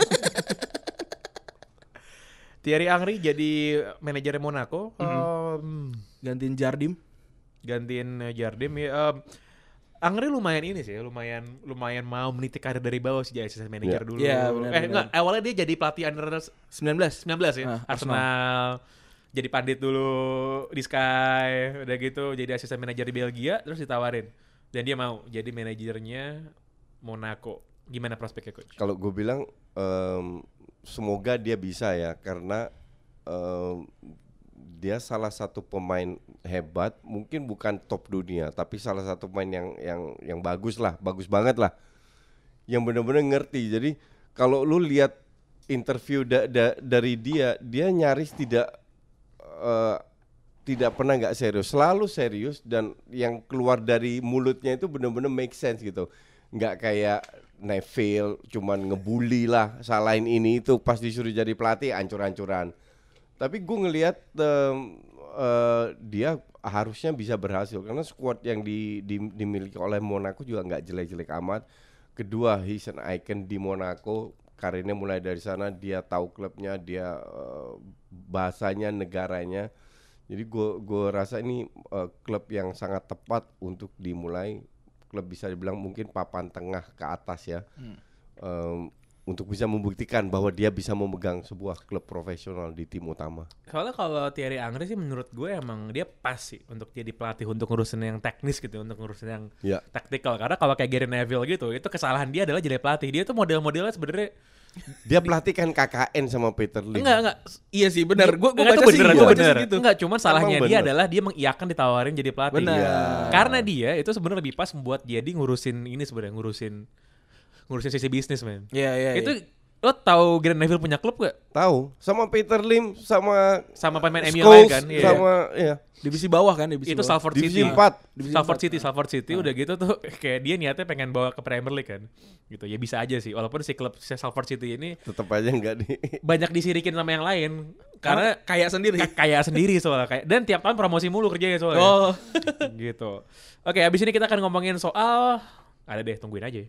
Thierry Henry jadi manajer Monaco. Mhm. Em, Gantiin Jardim. gantiin eh, Jardim ya. Em, Angri lumayan ini sih, lumayan lumayan mau meniti karir dari bawah sih jadi asisten manajer Iya. dulu. Iya, benar, eh benar. enggak, awalnya dia jadi pelatih under sembilan belas. sembilan belas ya. Ah, Arsenal. Jadi pandit dulu di Sky, udah gitu jadi asisten manajer di Belgia, terus ditawarin. Dan dia mau jadi manajernya Monaco. Gimana prospeknya coach? Kalau gue bilang em, semoga dia bisa ya, karena em, dia salah satu pemain hebat, mungkin bukan top dunia, tapi salah satu pemain yang yang yang bagus lah, bagus banget lah, yang benar-benar ngerti. Jadi kalau lu lihat interview da- da- dari dia, dia nyaris tidak eh, tidak pernah nggak serius, selalu serius, dan yang keluar dari mulutnya itu benar-benar make sense gitu, nggak kayak Neville cuman ngebully lah, salahin ini itu, pas disuruh jadi pelatih ancur-ancuran. Tapi gue ngelihat um, uh, dia harusnya bisa berhasil karena squad yang di, di, dimiliki oleh Monaco juga nggak jelek-jelek amat. Kedua, he's an icon di Monaco, karirnya mulai dari sana, dia tahu klubnya, dia uh, bahasanya, negaranya. Jadi gue gue rasa ini uh, klub yang sangat tepat untuk dimulai. Klub bisa dibilang mungkin papan tengah ke atas ya. Hmm. Um, untuk bisa membuktikan bahwa dia bisa memegang sebuah klub profesional di tim utama. Soalnya kalau Thierry Henry sih menurut gue emang dia pas sih untuk jadi pelatih untuk ngurusin yang teknis gitu, untuk ngurusin yang Ya. taktikal. Karena kalau kayak Gary Neville gitu, itu kesalahan dia adalah jadi pelatih. Dia tuh model-modelnya sebenarnya Dia pelatih kan K K N sama Peter Lim. enggak enggak. Iya sih benar. Gua gua Enggak, baca itu sih, bener, gua itu baca bener. sih gitu. Enggak, cuman salahnya Emang dia bener. adalah dia mengiyakan ditawarin jadi pelatih. Benar. Iya. Karena dia itu sebenarnya lebih pas membuat dia di ngurusin ini sebenarnya, ngurusin ngurusin sisi bisnis, men. Iya, iya. Itu iya. lo tahu Gary Neville punya klub gak? Tahu, sama Peter Lim, sama Sama pemain M U lain Scholes, kan? Iya. sama ya. divisi bawah kan, divisi Itu bawah. Salford Divisi City. empat. Divisi Salford empat. City, Salford City udah gitu tuh kayak dia niatnya pengen bawa ke Premier League kan. Gitu. Ya bisa aja sih. Walaupun si klub si Salford City ini Tetap aja nggak di. banyak disirikin sama yang lain karena Karena kayak sendiri. ka- kayak sendiri soalnya kayak dan tiap tahun promosi mulu kerjanya soalnya. Oh. Gitu. Oke, abis ini kita akan ngomongin soal ada deh, tungguin aja.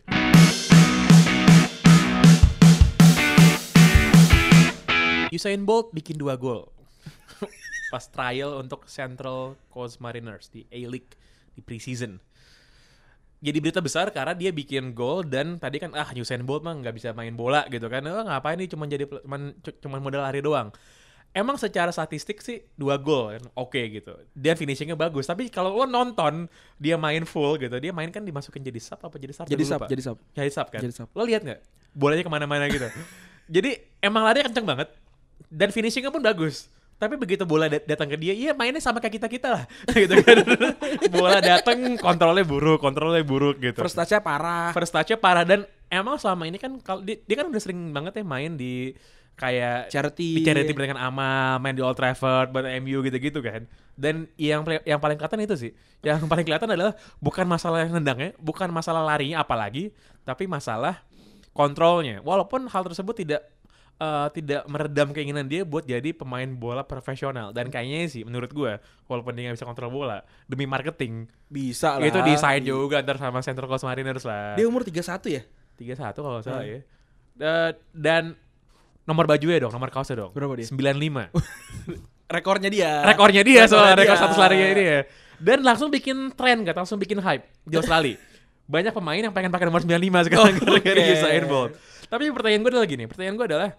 Usain Bolt bikin dua gol pas trial untuk Central Coast Mariners di A-League di preseason. Jadi berita besar karena dia bikin gol dan tadi kan ah Usain Bolt mah nggak bisa main bola gitu kan. Oh, ngapain nih cuma jadi cuman cuman modal lari doang. Emang secara statistik sih dua gol kan oke gitu. Dia finishingnya bagus. Tapi kalau lo nonton dia main full gitu, dia main kan dimasukin jadi sub apa jadi starter? Jadi Lupa. sub, jadi sub. Jadi sub kan. Jadi sub. Lo lihat nggak? Bolanya kemana-mana gitu. Jadi emang larinya kenceng banget. dan finishingnya pun bagus. Tapi begitu bola dat- datang ke dia, iya mainnya sama kayak kita-kita lah. Gitu kan. Bola datang, kontrolnya buruk, kontrolnya buruk gitu. First touch-nya parah. First touch-nya parah dan emang selama ini kan kalau dia, dia kan udah sering banget ya main di kayak Charity. di charity pertandingan ama, main di Old Trafford buat M U gitu-gitu kan. Dan yang yang paling kelihatan itu sih, yang paling kelihatan adalah bukan masalah nendangnya, bukan masalah larinya apalagi, tapi masalah kontrolnya. Walaupun hal tersebut tidak uh, tidak meredam keinginan dia buat jadi pemain bola profesional. Dan kayaknya sih menurut gue, walaupun dia nggak bisa kontrol bola, demi marketing Bisa lah. itu desain juga ntar sama Central Coast Mariners lah. Dia umur tiga puluh satu ya? tiga puluh satu kalau nggak salah Hmm. ya. Uh, dan nomor bajunya dong, nomor kaosnya dong. Berapa dia? sembilan puluh lima. Rekornya dia. Rekornya dia soalnya, Rekornya rekor dia. status larinya dia. Dan langsung bikin tren kan, langsung bikin hype di Australia. Banyak pemain yang pengen pakai nomor sembilan puluh lima sekarang Oh, gara-gara oke. Usain Bolt. Tapi pertanyaan gue adalah gini, pertanyaan gue adalah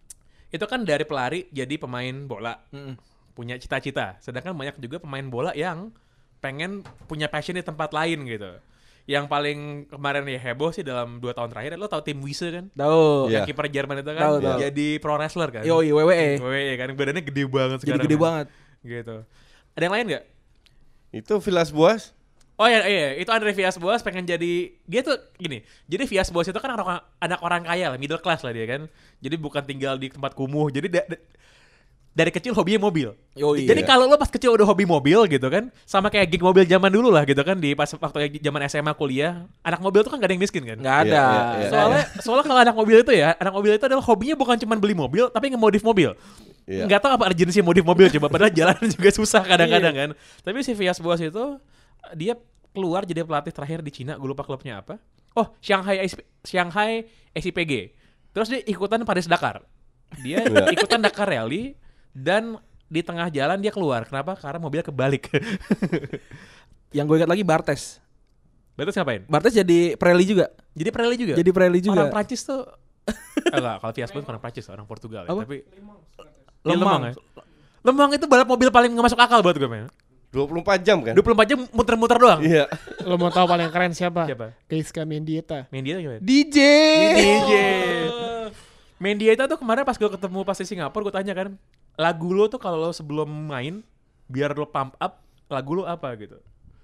itu kan dari pelari jadi pemain bola, Mm-mm. punya cita-cita. Sedangkan banyak juga pemain bola yang pengen punya passion di tempat lain gitu. Yang paling kemarin ya heboh sih dalam dua tahun terakhir, lo tau tim Wiese kan? Tahu. Iya. Yang kiper Jerman itu kan Tahu, tahu. jadi pro wrestler kan? Yoi, W W E. W W E kan badannya gede banget Jadi sekarang. gede kan? banget. Gitu. Ada yang lain nggak? Itu Villas Boas. Oh iya, iya, itu Andre Villas-Boas pengen jadi, dia tuh gini, jadi Villas-Boas itu kan anak, anak orang kaya lah, middle class lah dia kan. Jadi bukan tinggal di tempat kumuh, jadi da- da- dari kecil hobinya mobil. Yoi. Jadi Iya. kalau lo pas kecil udah hobi mobil gitu kan, sama kayak gig mobil zaman dulu lah gitu kan, di pas waktu zaman S M A kuliah, anak mobil tuh kan gak ada yang miskin kan. Nggak ada. Iya, iya, iya. Soalnya, soalnya kalau anak mobil itu ya, anak mobil itu adalah hobinya bukan cuma beli mobil, tapi ngemodif mobil. Iya. Nggak tahu apa urgensi modif mobil coba, padahal jalan juga susah kadang-kadang kan. Tapi si Villas-Boas itu dia keluar jadi pelatih terakhir di Cina, gue lupa klubnya apa. Oh, Shanghai S P Shanghai S I P G. Terus dia ikutan Paris Dakar. Dia Iya. ikutan Dakar Rally dan di tengah jalan dia keluar. Kenapa? Karena mobilnya kebalik. Yang gue ingat lagi Bartes. Berarti ngapain? Bartes jadi Pirelli juga. Jadi Pirelli juga. Jadi Pirelli juga. Orang Prancis tuh eh, enggak, kalau Villas-Boas bukan orang Prancis, orang Portugal ya. Apa? Tapi Dia Lemang. ya. Lemang itu balap mobil paling nggak masuk akal buat gue, men. dua puluh empat jam kan? dua puluh empat jam muter-muter doang. Iya. Lo mau tahu paling keren siapa? Siapa? Keiska Mendieta. Mendieta gimana? D J. D J. Mendieta tuh kemarin pas gue ketemu pas di Singapura, gue tanya kan, lagu lo tuh kalau lo sebelum main biar lo pump up, lagu lo apa gitu?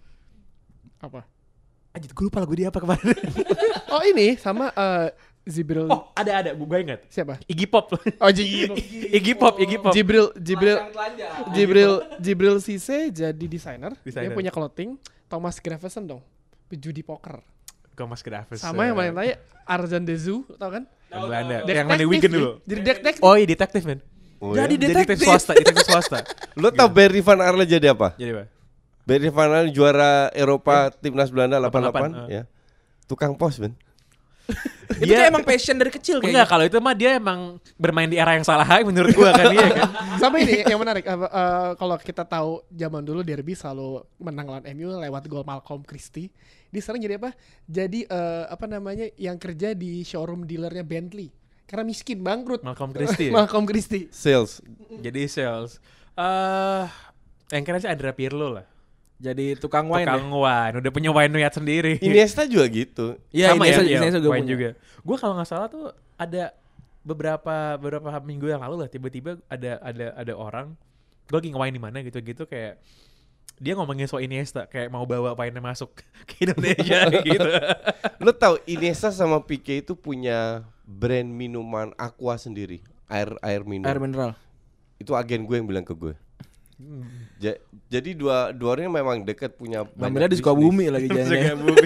Apa? Anjir, gue lupa lagu dia apa kemarin. Oh ini sama eh, Zibril. Oh, ada ada, gue ingat. Siapa? Iggy Pop. Oh Jibril. Iggy Pop, Iggy Pop. Jibril Jibril Jibril Jibril Cisse jadi desainer. Desainer. Dia punya clothing. Thomas Gravesen dong. Judi poker. Thomas Graves. Sama yang paling tanya Arzan Dezu, tau kan? Yang Belanda. Detektif Yang mana Wigan nih. dulu. Jadi detektif. Oh iya, detektif, men. Oh, Jadi ya? Detektif detektif. swasta, detektif swasta. Lo tau Barry Van Arle jadi apa? Jadi apa? Barry Van Arle juara Eropa timnas Belanda delapan puluh delapan, delapan puluh delapan, ya. Tukang pos, men. Itu Dia- kayak emang passion dari kecil kayaknya. Enggak, kalau itu mah dia emang bermain di era yang salah menurut gua kan, iya kan. Sama ini yang menarik. apa, eh, kalau kita tahu zaman dulu derby selalu menang lawan M U lewat gol Malcolm Christie. Dia sekarang jadi apa? Jadi eh, apa namanya yang kerja di showroom dealernya Bentley. Karena miskin bangkrut. Malcolm Christie. ya? Malcolm Christie. Sales. Jadi sales. Eh, yang keren sih Andrea Pirlo lah. Jadi tukang wine. Tukang ya? wine, udah punya wine niat sendiri. Iniesta juga gitu. Iya, Sama Iniesta, ya, Iniesta juga wine punya. juga. Gue kalau nggak salah tuh ada beberapa beberapa minggu yang lalu lah, tiba-tiba ada ada ada orang, gue lagi nge-wine di mana gitu-gitu kayak dia ngomongin soal Iniesta kayak mau bawa wine masuk ke Indonesia gitu. Lo tau Iniesta sama Pique itu punya brand minuman aqua sendiri, air air minum. Air mineral. Itu agen gue yang bilang ke gue. Ja- jadi dua dua orang memang dekat punya Ngambilnya di bisnis. Sukabumi lagi Jaga jadinya. bumi.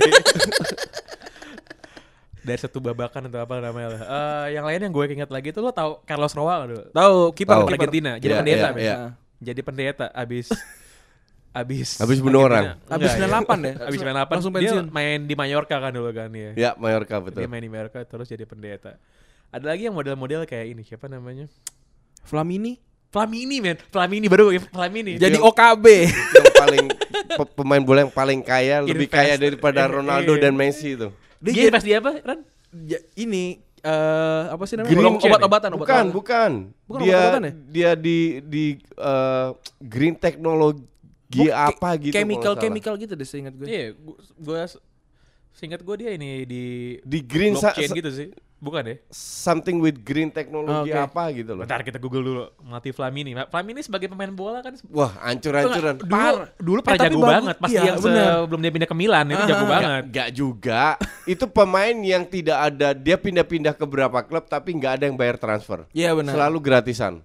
Dari satu babakan atau apa namanya lah. Eh, yang lain yang gue ingat lagi tuh lo tau Carlos Roa nggak dulu? Tahu kiper Tahu. kiper. Argentina, jadi Iya, pendeta. iya, men. iya. Jadi pendeta abis abis Abis bunuh orang. Argentina- Abis enggak, sembilan puluh delapan ya. ya. Abis sembilan puluh delapan Langsung dia pensiun. main di Mallorca kan dulu kan ya. Ya, Mallorca betul. Dia main di Mallorca terus jadi pendeta. Ada lagi yang model-model kayak ini, siapa namanya? Flamini. Flamini, men. Flamini baru Flamini. Jadi Yang- O K B. Yang paling pe- pemain bola yang paling kaya, lebih Invest. kaya daripada Iya. Ronaldo dan Messi itu. Dia pas dia apa, Ran? Ja- ini eh apa sih namanya? Green Chain, Obat-obatan, Bukan, obat-obatan. bukan. Bukan dia obat-obatan ya? dia di di eh, green teknologi Buk- apa gitu. Chemical kalau nggak salah. chemical gitu deh seingat gue. Iya, gua, gua seingat gue dia ini di Di green sa- blockchain sa- gitu sih. Bukan ya? something with green teknologi Oke. apa gitu loh. Bentar kita Google dulu. Mati Flamini. Flamini sebagai pemain bola kan Wah, hancur-hancuran. dulu Par- dulu Eh, pernah tapi jago bagus. banget pas Iya, dia bener. sebelum dia pindah ke Milan itu jago banget. Gak juga. Itu pemain yang tidak ada, dia pindah-pindah ke beberapa klub tapi nggak ada yang bayar transfer. Iya benar. Selalu gratisan.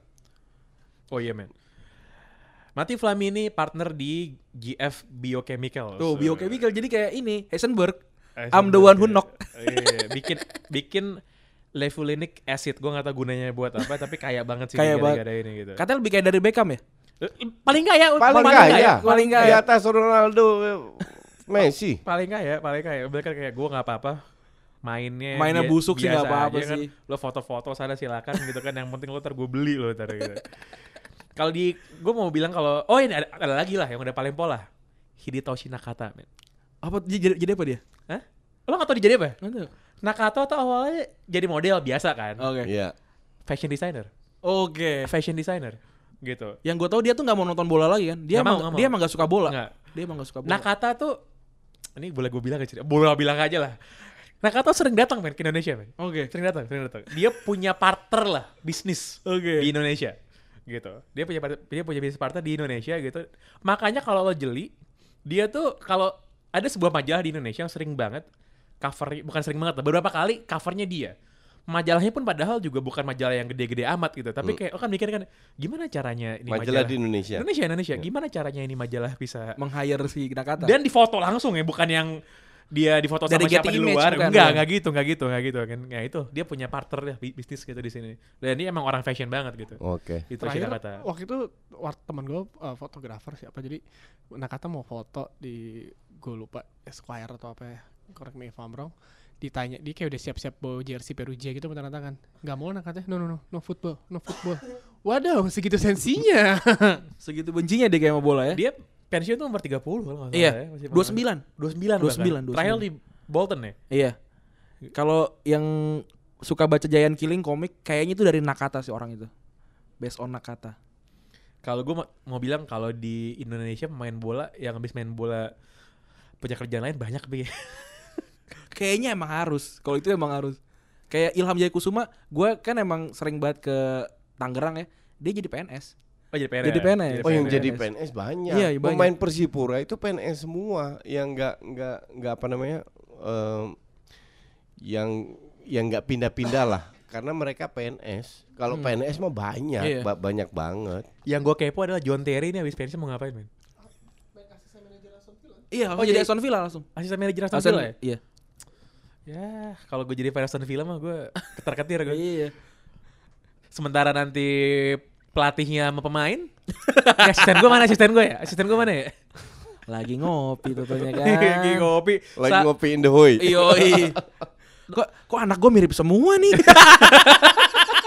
Oh iya men. Mati Flamini partner di G F Biochemicals. Tuh biochemical jadi kayak ini Heisenberg. Eh, I'm the one who knock. Iya, bikin bikin levulinic acid. Gue gak tau gunanya buat apa, tapi kaya banget sih Kayak dia banget. gara-gara ini gitu. Katanya lebih kayak dari Beckham ya? Paling kaya, Paling kaya, paling di kaya. atas Ronaldo, Messi. Paling kaya, paling kaya. Bahkan kayak gue nggak apa-apa. Mainnya Mainnya bia- busuk sih biasa nggak apa-apa aja kan. sih. Lo foto-foto sana silakan gitu kan. Yang penting lo ntar gue beli lo ntar gitu. Kalau di, gue mau bilang kalau, oh ini ada, ada lagi lah yang udah paling pola. Hidetoshi Nakata, men. Apa jadi, jadi apa dia? Hah? Lo gak tau dia jadi apa? Nggak tahu. Nakata tuh awalnya jadi model biasa kan. Oke. Iya. Fashion designer. Oke. Fashion designer. Gitu. Yang gue tahu dia tuh nggak mau nonton bola lagi kan? Dia Nggak mau, emang nggak mau. dia emang nggak suka bola. Nggak. Dia emang nggak suka bola. Nakata tuh, ini boleh gue bilang gak cerita? Boleh bilang aja lah. Nakata sering datang men ke Indonesia men. Oke. Sering datang, sering datang. Dia punya partner lah bisnis Oke. di Indonesia, gitu. Dia punya part- dia punya bisnis partner di Indonesia gitu. Makanya kalau lo jeli, dia tuh kalau ada sebuah majalah di Indonesia yang sering banget cover, bukan sering banget, lah, beberapa kali covernya dia. Majalahnya pun padahal juga bukan majalah yang gede-gede amat gitu. Tapi kayak lo kan mikir kan, gimana caranya ini Majalah majalah, di Indonesia. Indonesia, Indonesia, gimana caranya ini majalah bisa Meng-hire si Nakata. dan difoto langsung ya, bukan yang dia difoto Dari sama siapa Getty di Image, luar. bukan, Enggak, ya? enggak gitu, enggak gitu, enggak gitu kan. Ya itu, dia punya partner ya bi- bisnis gitu di sini. Dan dia emang orang fashion banget gitu. Oke. Itu Terakhir Nakata. waktu itu war- teman gue uh, fotografer siapa, jadi Nakata mau foto di, gue lupa Esquire atau apa ya, correct me if I'm wrong. Ditanya, dia kayak udah siap-siap bawa jersey Perugia gitu bentar tangan. Nggak mau Nakata, no no no, no football, no football. Waduh, segitu sensinya. Segitu bencinya dia kayak sama bola ya. Dia pensiun tuh umur tiga puluh kalau nggak salah Iya. ya. Masih dua puluh sembilan. dua puluh sembilan. dua puluh sembilan, bahkan. Terakhir di Bolton ya. Iya. Kalau yang suka baca Giant Killing komik, kayaknya itu dari Nakata sih orang itu. Based on Nakata. Kalau gue ma- mau bilang kalau di Indonesia pemain bola yang habis main bola punya kerjaan lain banyak bi. Kayaknya emang harus. Kalau itu emang harus. Kayak Ilham Jaya Kusuma, gue kan emang sering banget ke Tangerang ya. Dia jadi P N S. Oh jadi P N S. Jadi P N S. Oh yang P N S. jadi P N S banyak. Iya, iya, banyak. Pemain Persipura itu P N S semua yang nggak nggak nggak apa namanya em, yang yang nggak pindah-pindah lah. Karena mereka P N S. Kalau Hmm. P N S mah banyak, Iya. ba- banyak banget. Yang gue kepo adalah John Terry ini habis pensiun mau ngapain men? Iya, Oh, oh, jadi jadi- Aston Villa langsung. Asisten manajer Aston Aston- Villa ya? Iya. Ya, kalau gue jadi fan Aston Villa mah gue ketar-ketir gue. Iya. Sementara nanti pelatihnya sama pemain, ya, asisten gue mana? Asisten gue ya? Asisten gue mana ya? Lagi ngopi tentunya kan. Lagi ngopi. Lagi Sa- ngopi in the hoy. Yoi. Kok kok anak gue mirip semua nih?